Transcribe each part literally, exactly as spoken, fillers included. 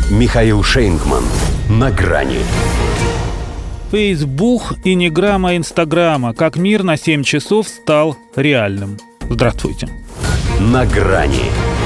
Михаил Шейнгман. На грани. Фейсбук и ни грамма Инстаграма. Как мир на семь часов стал реальным. Здравствуйте. На грани.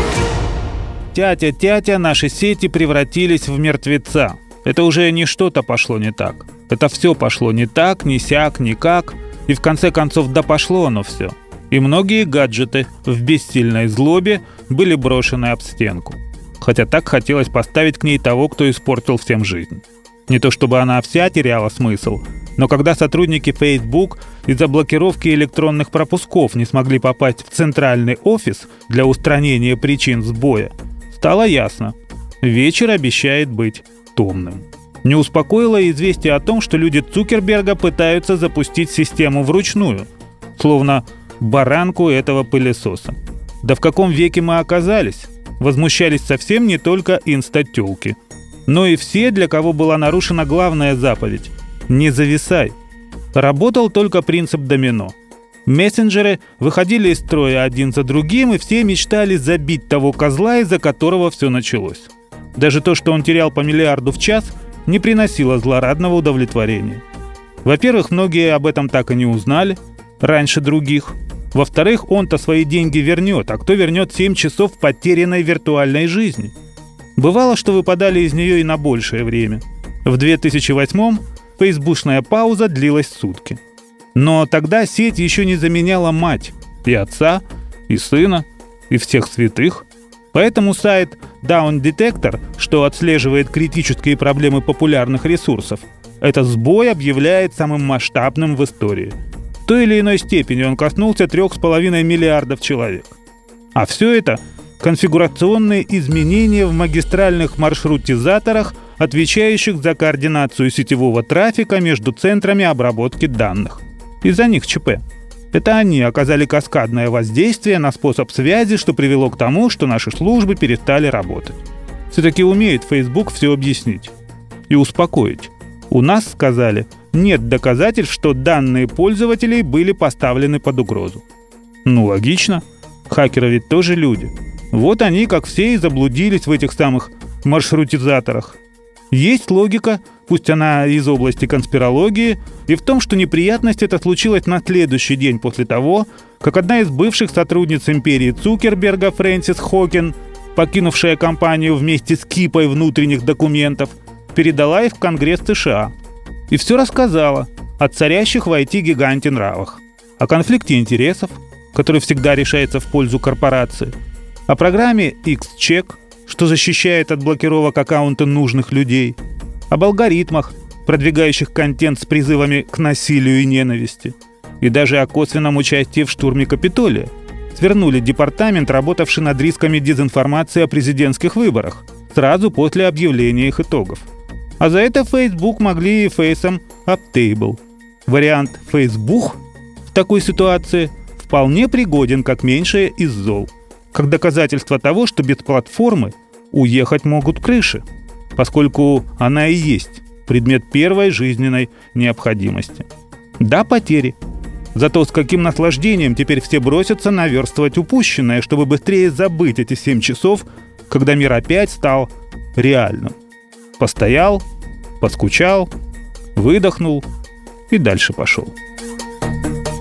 Тятя-тятя, наши сети превратились в мертвеца. Это уже не что-то пошло не так. Это все пошло не так, ни сяк, никак. И в конце концов, да пошло оно все. И многие гаджеты в бессильной злобе были брошены об стенку. Хотя так хотелось поставить к ней того, кто испортил всем жизнь. Не то чтобы она вся теряла смысл, но когда сотрудники Facebook из-за блокировки электронных пропусков не смогли попасть в центральный офис для устранения причин сбоя, стало ясно – вечер обещает быть томным. Не успокоило известие о том, что люди Цукерберга пытаются запустить систему вручную, словно баранку этого пылесоса. Да в каком веке мы оказались? Возмущались совсем не только инстатёлки, но и все, для кого была нарушена главная заповедь – не зависай. Работал только принцип домино. Мессенджеры выходили из строя один за другим, и все мечтали забить того козла, из-за которого все началось. Даже то, что он терял по миллиарду в час, не приносило злорадного удовлетворения. Во-первых, многие об этом так и не узнали раньше других. Во-вторых, он-то свои деньги вернет, а кто вернет семь часов потерянной виртуальной жизни? Бывало, что выпадали из нее и на большее время. В две тысячи восьмом фейсбушная пауза длилась сутки. Но тогда сеть еще не заменяла мать, и отца, и сына, и всех святых. Поэтому сайт Down Detector, что отслеживает критические проблемы популярных ресурсов, этот сбой объявляет самым масштабным в истории. В той или иной степени он коснулся трех с половиной миллиардов человек. А все это – конфигурационные изменения в магистральных маршрутизаторах, отвечающих за координацию сетевого трафика между центрами обработки данных. Из-за них ЧП. Это они оказали каскадное воздействие на способ связи, что привело к тому, что наши службы перестали работать. Все-таки умеет Facebook все объяснить и успокоить. У нас, сказали, нет доказательств, что данные пользователей были поставлены под угрозу. Ну, логично. Хакеры ведь тоже люди. Вот они, как все, и заблудились в этих самых маршрутизаторах. Есть логика, пусть она из области конспирологии, и в том, что неприятность эта случилась на следующий день после того, как одна из бывших сотрудниц империи Цукерберга, Фрэнсис Хокин, покинувшая компанию вместе с кипой внутренних документов, передала их в Конгресс США. И все рассказала о царящих в ай ти-гиганте нравах, о конфликте интересов, который всегда решается в пользу корпорации, о программе X-Check, что защищает от блокировок аккаунта нужных людей, об алгоритмах, продвигающих контент с призывами к насилию и ненависти, и даже о косвенном участии в штурме Капитолия. Свернули департамент, работавший над рисками дезинформации о президентских выборах, сразу после объявления их итогов. А за это Facebook могли и фейсом Uptable. Вариант Facebook в такой ситуации вполне пригоден как меньшее из зол, как доказательство того, что без платформы уехать могут крыши, поскольку она и есть предмет первой жизненной необходимости. Да, потери. Зато с каким наслаждением теперь все бросятся наверстывать упущенное, чтобы быстрее забыть эти семь часов, когда мир опять стал реальным. Постоял, поскучал, выдохнул и дальше пошел.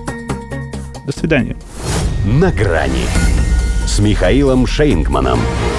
До свидания. На грани с Михаилом Шейнгманом.